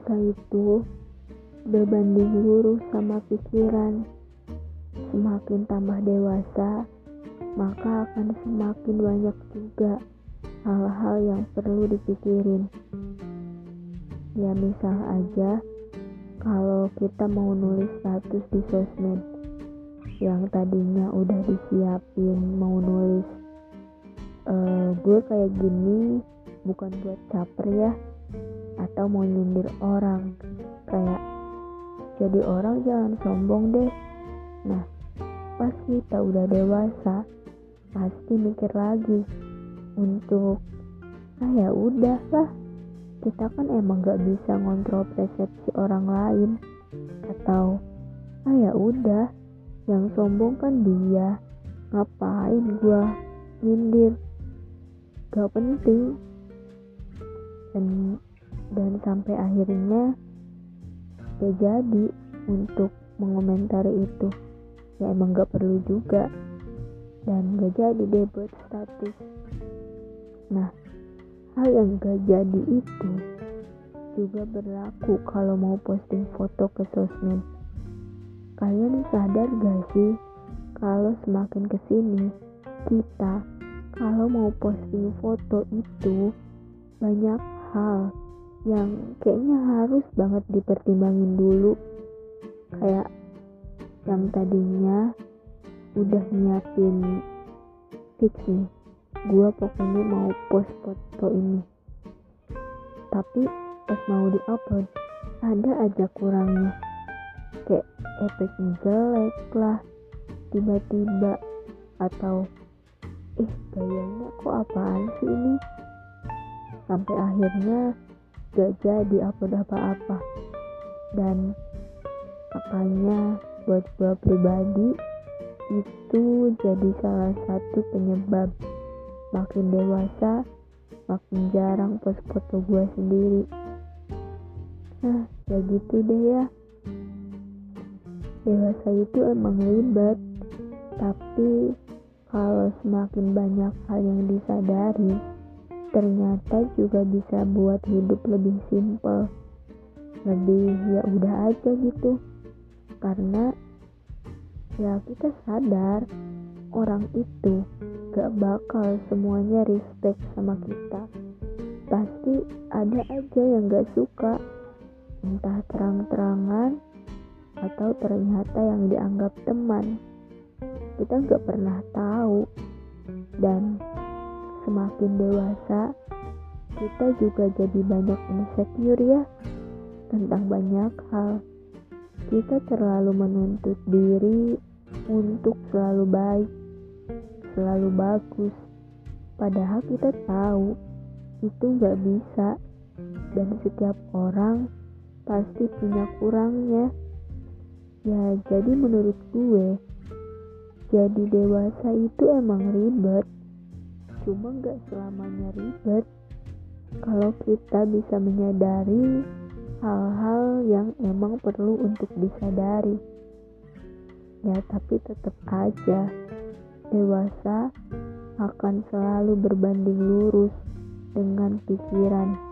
dewasa itu berbanding lurus sama pikiran. Semakin tambah dewasa, maka akan semakin banyak juga hal-hal yang perlu dipikirin. Ya misal aja, kalau kita mau nulis status di sosmed, yang tadinya udah disiapin mau nulis gue kayak gini bukan buat caper ya, atau mau nyindir orang, kayak jadi orang jangan sombong deh. Nah, pas kita udah dewasa pasti mikir lagi untuk ya udah lah, kita kan emang gak bisa ngontrol persepsi orang lain, atau ya udah, yang sombong kan dia, ngapain gua nyindir, gak penting. Dan sampai akhirnya gak jadi untuk mengomentari itu, ya emang gak perlu juga, dan gak jadi deh buat status. Nah, hal yang gak jadi itu juga berlaku kalau mau posting foto ke sosmed. Kalian sadar gak sih kalau semakin kesini kita kalau mau posting foto itu banyak hal yang kayaknya harus banget dipertimbangin dulu. Kayak yang tadinya udah nyiapin fix nih, gue pokoknya mau post foto ini, tapi pas mau di-upload ada aja kurangnya, kayak efeknya jelek lah tiba-tiba, atau gayanya kok apaan sih ini, sampai akhirnya gak jadi upload apa-apa. Dan makanya buat gue pribadi itu jadi salah satu penyebab makin dewasa makin jarang post foto gue sendiri. Ya gitu deh ya, dewasa itu emang ribet, tapi kalau semakin banyak hal yang disadari, ternyata juga bisa buat hidup lebih simpel, lebih ya udah aja gitu. Karena ya kita sadar orang itu gak bakal semuanya respect sama kita, pasti ada aja yang gak suka, entah terang-terangan atau ternyata yang dianggap teman. Kita gak pernah tahu. Dan semakin dewasa kita juga jadi banyak insecure ya tentang banyak hal. Kita terlalu menuntut diri untuk selalu baik, selalu bagus, padahal kita tahu itu gak bisa, dan setiap orang pasti punya kurangnya. Ya jadi menurut gue, jadi dewasa itu emang ribet, cuma gak selamanya ribet kalau kita bisa menyadari hal-hal yang emang perlu untuk disadari. Ya tapi tetap aja dewasa akan selalu berbanding lurus dengan pikiran.